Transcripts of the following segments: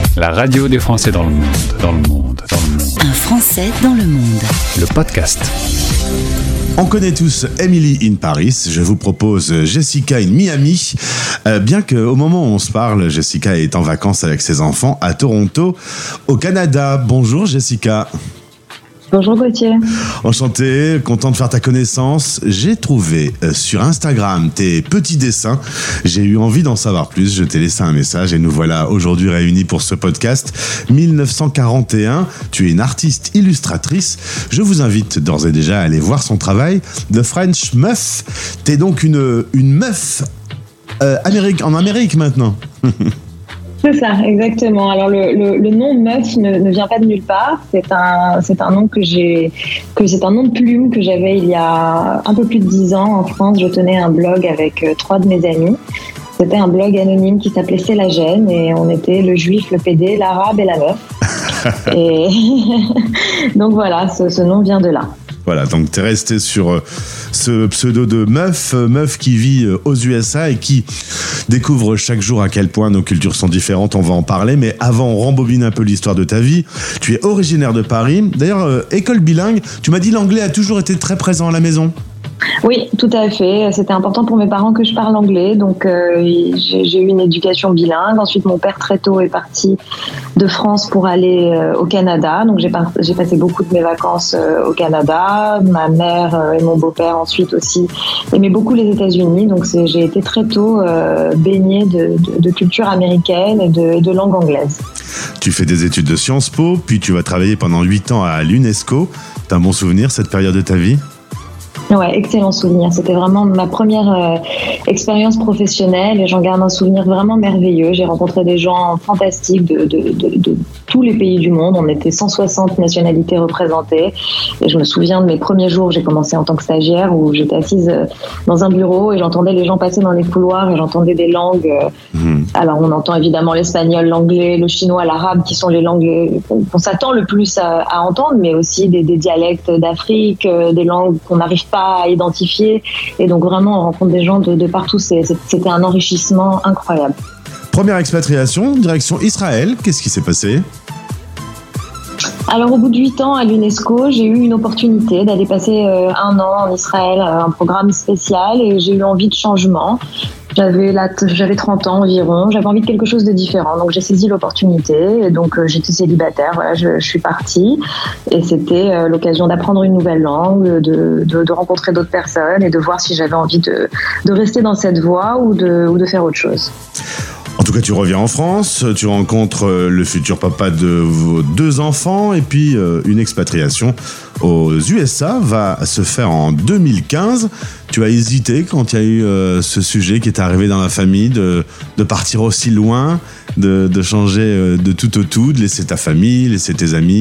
La radio des Français dans le monde, dans le monde, dans le monde. Un Français dans le monde. Le podcast. On connaît tous Emily in Paris. Je vous propose Jessica in Miami. Bien qu'au moment où on se parle, Jessica est en vacances avec ses enfants à Toronto, au Canada. Bonjour Jessica. Bonjour Gauthier. Enchanté, content de faire ta connaissance. J'ai trouvé sur Instagram tes petits dessins. J'ai eu envie d'en savoir plus. Je t'ai laissé un message et nous voilà aujourd'hui réunis pour ce podcast. 1941, tu es une artiste illustratrice. Je vous invite d'ores et déjà à aller voir son travail. The French Meuf. T'es donc une meuf en Amérique maintenant. C'est ça, exactement. Alors le nom meuf ne vient pas de nulle part. C'est un nom c'est un nom de plume que j'avais il y a un peu plus de 10 ans en France. Je tenais un blog avec 3 de mes amis. C'était un blog anonyme qui s'appelait C'est la gêne et on était le juif, le pédé, l'arabe et la meuf. Et donc voilà, ce nom vient de là. Voilà, donc t'es resté sur ce pseudo de meuf qui vit aux USA et qui découvre chaque jour à quel point nos cultures sont différentes, on va en parler, mais avant on rembobine un peu l'histoire de ta vie. Tu es originaire de Paris, d'ailleurs école bilingue, tu m'as dit l'anglais a toujours été très présent à la maison. Oui, tout à fait. C'était important pour mes parents que je parle anglais, donc j'ai eu une éducation bilingue. Ensuite, mon père très tôt est parti de France pour aller au Canada, donc j'ai passé beaucoup de mes vacances au Canada. Ma mère et mon beau-père ensuite aussi aimaient beaucoup les États-Unis, donc j'ai été très tôt baignée de culture américaine et de langue anglaise. Tu fais des études de Sciences Po, puis tu vas travailler pendant 8 ans à l'UNESCO. T'as un bon souvenir cette période de ta vie ? Ouais, excellent souvenir. C'était vraiment ma première expérience professionnelle et j'en garde un souvenir vraiment merveilleux. J'ai rencontré des gens fantastiques de tous les pays du monde. On était 160 nationalités représentées et je me souviens de mes premiers jours. J'ai commencé en tant que stagiaire où j'étais assise dans un bureau et j'entendais les gens passer dans les couloirs et j'entendais des langues. Alors on entend évidemment l'espagnol, l'anglais, le chinois, l'arabe qui sont les langues qu'on s'attend le plus à entendre, mais aussi des dialectes d'Afrique, des langues qu'on n'arrive pas à identifier, et donc vraiment on rencontre des gens de partout. C'était un enrichissement incroyable. Première expatriation, direction Israël, qu'est-ce qui s'est passé ? Alors au bout de 8 ans à l'UNESCO, j'ai eu une opportunité d'aller passer 1 an en Israël, un programme spécial, et j'ai eu envie de changement. J'avais 30 ans environ, j'avais envie de quelque chose de différent, donc j'ai saisi l'opportunité et donc j'étais célibataire, voilà, je suis partie et c'était l'occasion d'apprendre une nouvelle langue, de rencontrer d'autres personnes et de voir si j'avais envie de rester dans cette voie ou de faire autre chose. En tout cas, tu reviens en France, tu rencontres le futur papa de vos 2 enfants et puis une expatriation aux USA va se faire en 2015. Tu as hésité quand il y a eu ce sujet qui est arrivé dans la famille de partir aussi loin, de changer de tout au tout, de laisser ta famille, laisser tes amis ?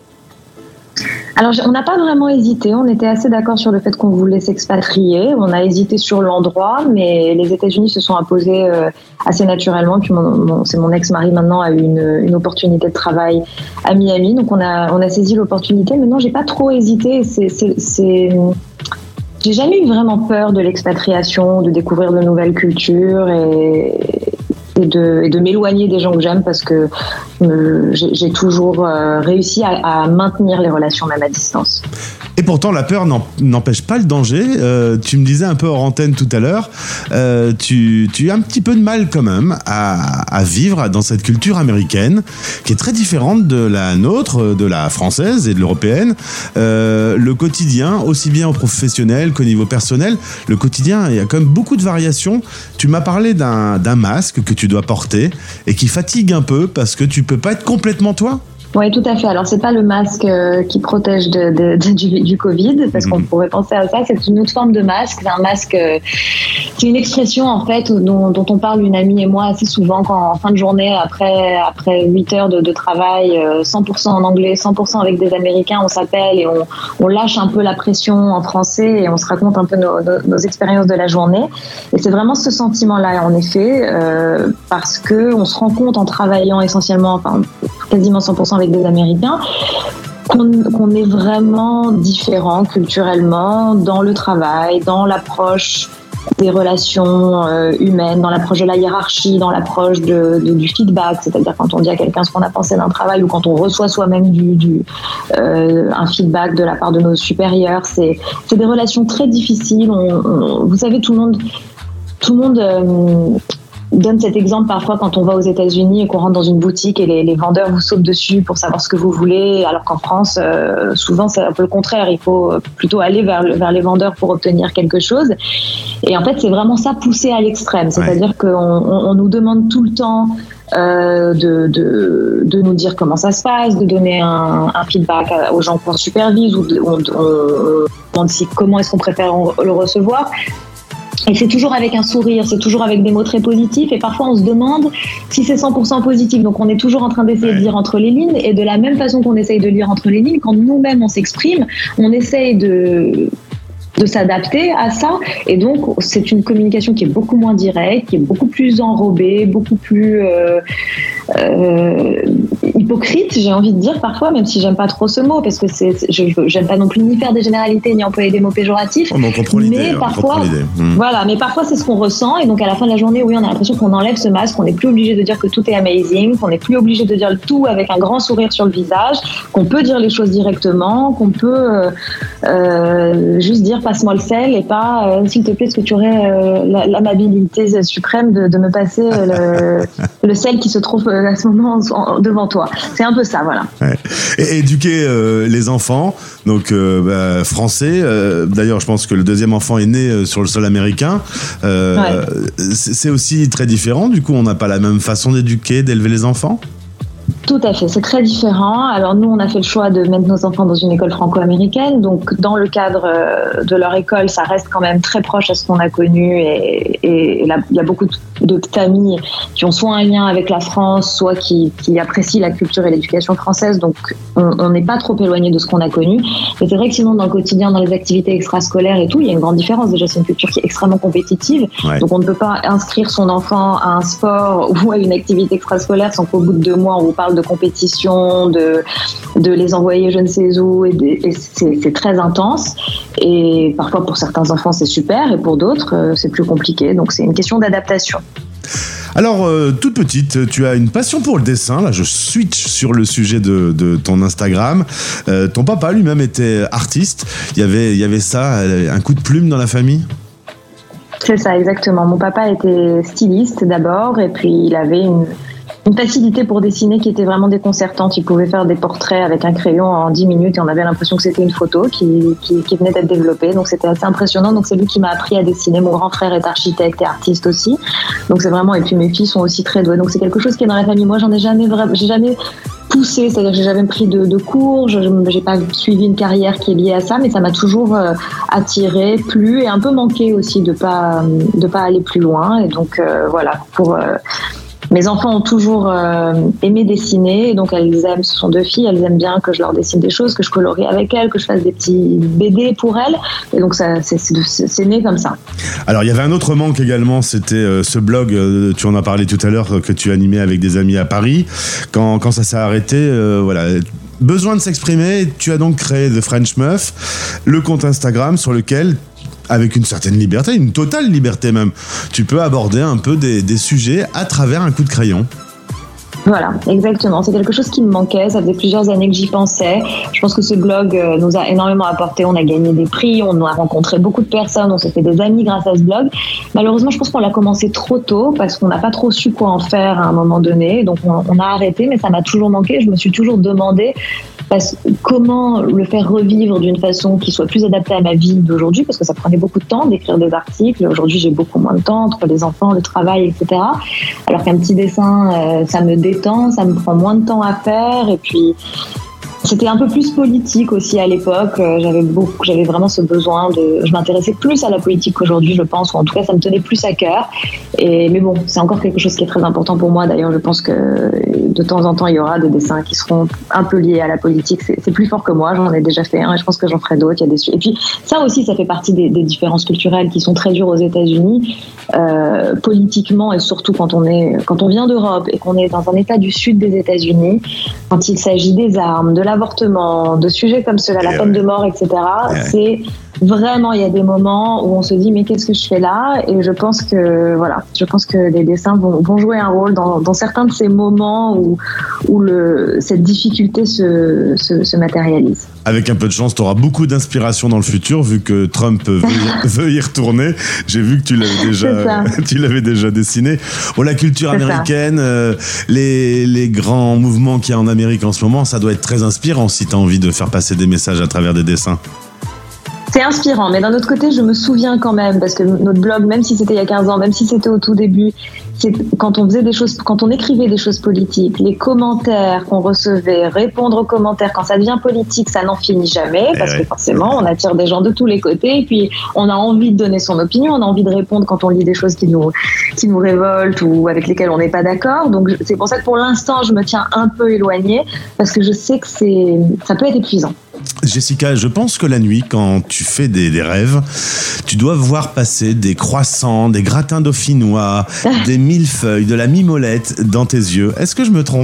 Alors, on n'a pas vraiment hésité. On était assez d'accord sur le fait qu'on voulait s'expatrier. On a hésité sur l'endroit, mais les États-Unis se sont imposés assez naturellement. Puis c'est mon ex-mari maintenant a eu une opportunité de travail à Miami, donc on a saisi l'opportunité. Mais non, j'ai pas trop hésité. J'ai jamais eu vraiment peur de l'expatriation, de découvrir de nouvelles cultures et de m'éloigner des gens que j'aime parce que j'ai toujours réussi à maintenir les relations même à distance. Et pourtant, la peur n'empêche pas le danger. Tu me disais un peu hors antenne tout à l'heure, tu as un petit peu de mal quand même à vivre dans cette culture américaine qui est très différente de la nôtre, de la française et de l'européenne. Le quotidien, aussi bien au professionnel qu'au niveau personnel, le quotidien, il y a quand même beaucoup de variations. Tu m'as parlé d'un masque que tu dois porter et qui fatigue un peu parce que tu peux pas être complètement toi. Oui, tout à fait. Alors, c'est pas le masque qui protège du Covid, parce qu'on pourrait penser à ça. C'est une autre forme de masque. C'est un masque, c'est une expression, en fait, dont on parle, une amie et moi, assez souvent, quand en fin de journée, après 8 heures de travail, 100% en anglais, 100% avec des Américains, on s'appelle et on lâche un peu la pression en français et on se raconte un peu nos expériences de la journée. Et c'est vraiment ce sentiment-là, en effet, parce que on se rend compte en travaillant essentiellement, enfin, quasiment 100% avec des Américains, qu'on est vraiment différent culturellement dans le travail, dans l'approche des relations humaines, dans l'approche de la hiérarchie, dans l'approche du feedback, c'est-à-dire quand on dit à quelqu'un ce qu'on a pensé d'un travail ou quand on reçoit soi-même un feedback de la part de nos supérieurs. C'est des relations très difficiles. Vous savez, tout le monde donne cet exemple parfois quand on va aux États-Unis et qu'on rentre dans une boutique et les vendeurs vous sautent dessus pour savoir ce que vous voulez, alors qu'en France, souvent c'est un peu le contraire. Il faut plutôt aller vers les vendeurs pour obtenir quelque chose. Et en fait, c'est vraiment ça poussé à l'extrême. C'est-à-dire qu'on nous demande tout le temps de nous dire comment ça se passe, de donner un feedback aux gens qu'on supervise, ou on demande comment est-ce qu'on préfère le recevoir. Et c'est toujours avec un sourire, c'est toujours avec des mots très positifs, et parfois on se demande si c'est 100% positif. Donc on est toujours en train d'essayer de lire entre les lignes, et de la même façon qu'on essaye de lire entre les lignes, quand nous-mêmes on s'exprime, on essaye de s'adapter à ça, et donc c'est une communication qui est beaucoup moins directe, qui est beaucoup plus enrobée, beaucoup plus hypocrite, j'ai envie de dire parfois, même si j'aime pas trop ce mot, parce que j'aime pas non plus ni faire des généralités ni employer des mots péjoratifs. On comprend l'idée. Voilà, mais parfois c'est ce qu'on ressent, et donc à la fin de la journée, oui, on a l'impression qu'on enlève ce masque, qu'on n'est plus obligé de dire que tout est amazing, qu'on n'est plus obligé de dire le tout avec un grand sourire sur le visage, qu'on peut dire les choses directement, qu'on peut juste dire passe-moi le sel, et pas s'il te plaît, est-ce que tu aurais l'amabilité suprême de me passer le sel qui se trouve à ce moment devant toi. C'est un peu ça, voilà. Ouais. Et éduquer les enfants, donc français. D'ailleurs, je pense que le deuxième enfant est né sur le sol américain. C'est aussi très différent. Du coup, on n'a pas la même façon d'éduquer, d'élever les enfants. Tout à fait, c'est très différent. Alors nous, on a fait le choix de mettre nos enfants dans une école franco-américaine. Donc dans le cadre de leur école, ça reste quand même très proche à ce qu'on a connu. Et là, il y a beaucoup de familles qui ont soit un lien avec la France, soit qui apprécient la culture et l'éducation française. Donc on n'est pas trop éloigné de ce qu'on a connu. Mais c'est vrai que sinon, dans le quotidien, dans les activités extrascolaires et tout, il y a une grande différence. Déjà, c'est une culture qui est extrêmement compétitive. Ouais. Donc on ne peut pas inscrire son enfant à un sport ou à une activité extrascolaire sans qu'au bout de 2 mois, on vous parle de compétition, de les envoyer je ne sais où, et c'est très intense, et parfois pour certains enfants c'est super, et pour d'autres c'est plus compliqué, donc c'est une question d'adaptation. Alors, toute petite, tu as une passion pour le dessin. Là, je switch sur le sujet de ton Instagram. Ton papa lui-même était artiste. Il y avait ça, un coup de plume dans la famille? C'est ça, exactement. Mon papa était styliste d'abord, et puis il avait une facilité pour dessiner qui était vraiment déconcertante. Il pouvait faire des portraits avec un crayon en 10 minutes et on avait l'impression que c'était une photo qui venait d'être développée. Donc c'était assez impressionnant. Donc c'est lui qui m'a appris à dessiner. Mon grand frère est architecte et artiste aussi. Donc c'est vraiment, et puis mes filles sont aussi très douées. Donc c'est quelque chose qui est dans la famille. Moi j'ai jamais poussé, c'est-à-dire que j'ai jamais pris de cours, j'ai pas suivi une carrière qui est liée à ça, mais ça m'a toujours attiré, plu, et un peu manqué aussi de pas aller plus loin. Et donc voilà, mes enfants ont toujours aimé dessiner, et donc ce sont 2 filles, elles aiment bien que je leur dessine des choses, que je colorie avec elles, que je fasse des petits BD pour elles, et donc ça, c'est né comme ça. Alors il y avait un autre manque également, c'était ce blog, tu en as parlé tout à l'heure, que tu animais avec des amis à Paris. Quand ça s'est arrêté, voilà, besoin de s'exprimer, tu as donc créé The French Meuf, le compte Instagram sur lequel, avec une certaine liberté, une totale liberté même, tu peux aborder un peu des sujets à travers un coup de crayon. Voilà, exactement. C'est quelque chose qui me manquait. Ça faisait plusieurs années que j'y pensais. Je pense que ce blog nous a énormément apporté. On a gagné des prix, on a rencontré beaucoup de personnes, on s'est fait des amis grâce à ce blog. Malheureusement, je pense qu'on l'a commencé trop tôt parce qu'on n'a pas trop su quoi en faire à un moment donné. Donc on a arrêté, mais ça m'a toujours manqué. Je me suis toujours demandé comment le faire revivre d'une façon qui soit plus adaptée à ma vie d'aujourd'hui, parce que ça prenait beaucoup de temps d'écrire des articles. Aujourd'hui, j'ai beaucoup moins de temps entre les enfants, le travail, etc. Alors qu'un petit dessin, ça me détend, ça me prend moins de temps à faire, et puis c'était un peu plus politique aussi à l'époque. J'avais vraiment ce besoin je m'intéressais plus à la politique qu'aujourd'hui, je pense, ou en tout cas ça me tenait plus à cœur. Mais bon, c'est encore quelque chose qui est très important pour moi. D'ailleurs, je pense que de temps en temps il y aura des dessins qui seront un peu liés à la politique. C'est plus fort que moi, j'en ai déjà fait un et je pense que j'en ferai d'autres. Et puis ça aussi, ça fait partie des différences culturelles qui sont très dures aux États-Unis, politiquement, et surtout quand on vient d'Europe et qu'on est dans un état du sud des États-Unis, quand il s'agit des armes, de l'avortement, de sujets comme cela, la peine de mort, etc., c'est vraiment, il y a des moments où on se dit mais qu'est-ce que je fais là? Et je pense que les dessins vont jouer un rôle dans certains de ces moments où cette difficulté se matérialise. Avec un peu de chance, tu auras beaucoup d'inspiration dans le futur, vu que Trump veut y retourner. J'ai vu que tu l'avais déjà dessiné. Bon, la culture américaine, les grands mouvements qu'il y a en Amérique en ce moment, ça doit être très inspirant si tu as envie de faire passer des messages à travers des dessins. C'est inspirant, mais d'un autre côté, je me souviens quand même, parce que notre blog, même si c'était il y a 15 ans, même si c'était au tout début, c'est quand on écrivait des choses politiques, les commentaires qu'on recevait, répondre aux commentaires, quand ça devient politique, ça n'en finit jamais, parce que forcément, on attire des gens de tous les côtés, et puis on a envie de donner son opinion, on a envie de répondre quand on lit des choses qui nous révoltent ou avec lesquelles on n'est pas d'accord. Donc c'est pour ça que pour l'instant, je me tiens un peu éloignée, parce que je sais que ça peut être épuisant. Jessica, je pense que la nuit, quand tu fais des rêves, tu dois voir passer des croissants, des gratins dauphinois, des millefeuilles, de la mimolette dans tes yeux. Est-ce que je me trompe ?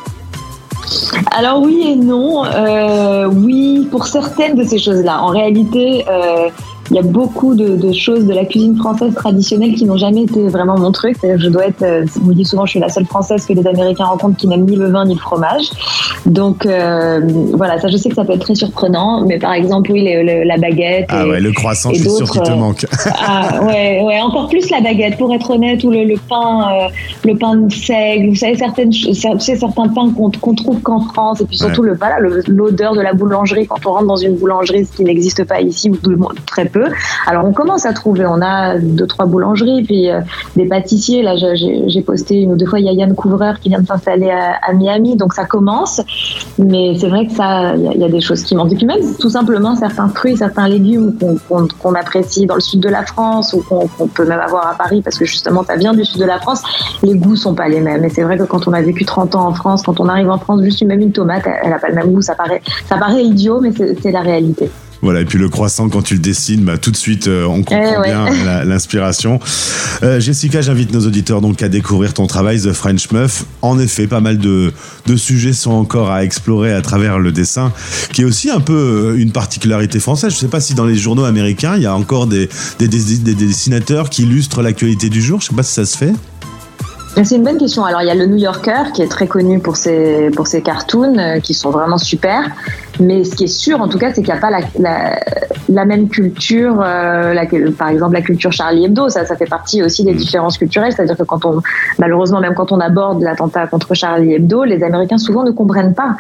Alors oui et non. Oui, pour certaines de ces choses-là. En réalité, il y a beaucoup de choses de la cuisine française traditionnelle qui n'ont jamais été vraiment mon truc. Je dois être, je me dis souvent, je suis la seule Française que les Américains rencontrent qui n'aime ni le vin ni le fromage. Donc voilà, ça je sais que ça peut être très surprenant, mais par exemple oui, la baguette. Le croissant, je suis sûr qu'il te manque. Encore plus la baguette, pour être honnête, ou le pain de seigle. Vous savez certains pains qu'on trouve qu'en France, et puis surtout l'odeur de la boulangerie quand on rentre dans une boulangerie, ce qui n'existe pas ici ou très peu. Alors on commence à trouver, on a 2-3 boulangeries, puis des pâtissiers. Là, j'ai posté 1 ou 2 fois, il y a Yann Couvreur qui vient de s'installer à Miami, donc ça commence. Mais c'est vrai que il y a des choses qui manquent. Et puis même tout simplement certains fruits, certains légumes qu'on apprécie dans le sud de la France ou qu'on peut même avoir à Paris, parce que justement ça vient du sud de la France, les goûts sont pas les mêmes. Et c'est vrai que quand on a vécu 30 ans en France, quand on arrive en France, juste même une tomate, elle a pas le même goût. Ça paraît idiot, mais c'est la réalité. Voilà, et puis le croissant, quand tu le dessines, tout de suite, on comprend bien l'inspiration. Jessica, j'invite nos auditeurs donc à découvrir ton travail, The French Muff. En effet, pas mal de sujets sont encore à explorer à travers le dessin, qui est aussi un peu une particularité française. Je ne sais pas si dans les journaux américains, il y a encore des dessinateurs qui illustrent l'actualité du jour. Je ne sais pas si ça se fait. C'est une bonne question. Alors, il y a le New Yorker qui est très connu pour ses cartoons qui sont vraiment super. Mais ce qui est sûr, en tout cas, c'est qu'il n'y a pas la même culture. Par exemple, la culture Charlie Hebdo, ça fait partie aussi des différences culturelles. C'est-à-dire que malheureusement, même quand on aborde l'attentat contre Charlie Hebdo, les Américains souvent ne comprennent pas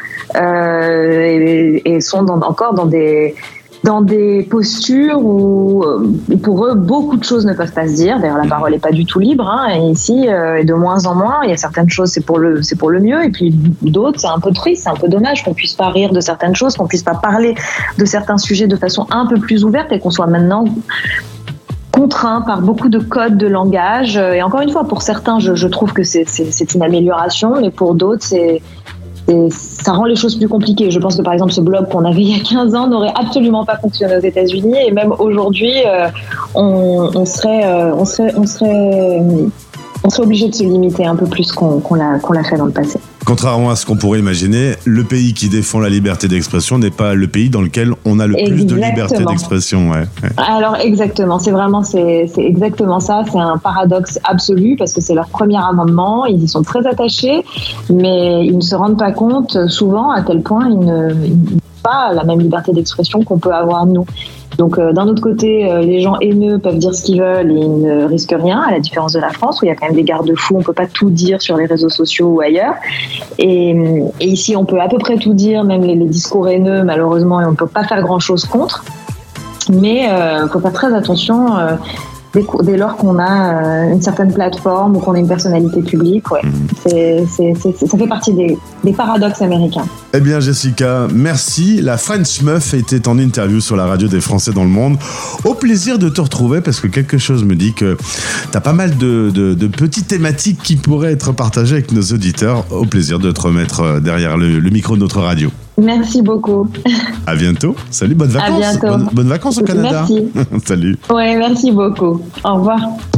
et sont encore dans des postures où pour eux beaucoup de choses ne peuvent pas se dire. D'ailleurs la parole n'est pas du tout libre et ici de moins en moins. Il y a certaines choses c'est pour le mieux, et puis d'autres c'est un peu triste, c'est un peu dommage qu'on puisse pas rire de certaines choses, qu'on puisse pas parler de certains sujets de façon un peu plus ouverte, et qu'on soit maintenant contraint par beaucoup de codes de langage. Et encore une fois, pour certains je trouve que c'est une amélioration, mais pour d'autres ça rend les choses plus compliquées. Je pense que par exemple ce blog qu'on avait il y a 15 ans n'aurait absolument pas fonctionné aux États-Unis, et même aujourd'hui on serait obligé de se limiter un peu plus qu'on l'a fait dans le passé. Contrairement à ce qu'on pourrait imaginer, le pays qui défend la liberté d'expression n'est pas le pays dans lequel on a le plus de liberté d'expression. Ouais. Alors exactement, c'est exactement ça. C'est un paradoxe absolu, parce que c'est leur premier amendement, ils y sont très attachés, mais ils ne se rendent pas compte souvent à quel point ils n'ont pas la même liberté d'expression qu'on peut avoir nous. Donc d'un autre côté, les gens haineux peuvent dire ce qu'ils veulent et ils ne risquent rien, à la différence de la France où il y a quand même des garde-fous, on peut pas tout dire sur les réseaux sociaux ou ailleurs. Et ici, on peut à peu près tout dire, même les discours haineux, malheureusement, et on ne peut pas faire grand-chose contre. Mais faut faire très attention dès lors qu'on a une certaine plateforme ou qu'on a une personnalité publique. Ouais. Ça fait partie des paradoxes américains. Eh bien Jessica, merci. La French Muff était en interview sur la radio des Français dans le monde. Au plaisir de te retrouver, parce que quelque chose me dit que tu as pas mal de petites thématiques qui pourraient être partagées avec nos auditeurs. Au plaisir de te remettre derrière le micro de notre radio. Merci beaucoup. À bientôt. Salut, bonnes vacances. À bientôt. Bonnes vacances au Canada. Merci. Salut. Ouais, merci beaucoup. Au revoir.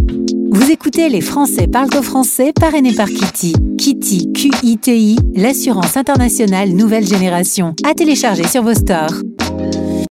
Vous écoutez Les Français parlent au français, parrainé par Kitty. Kitty, QITI, l'assurance internationale nouvelle génération. À télécharger sur vos stores.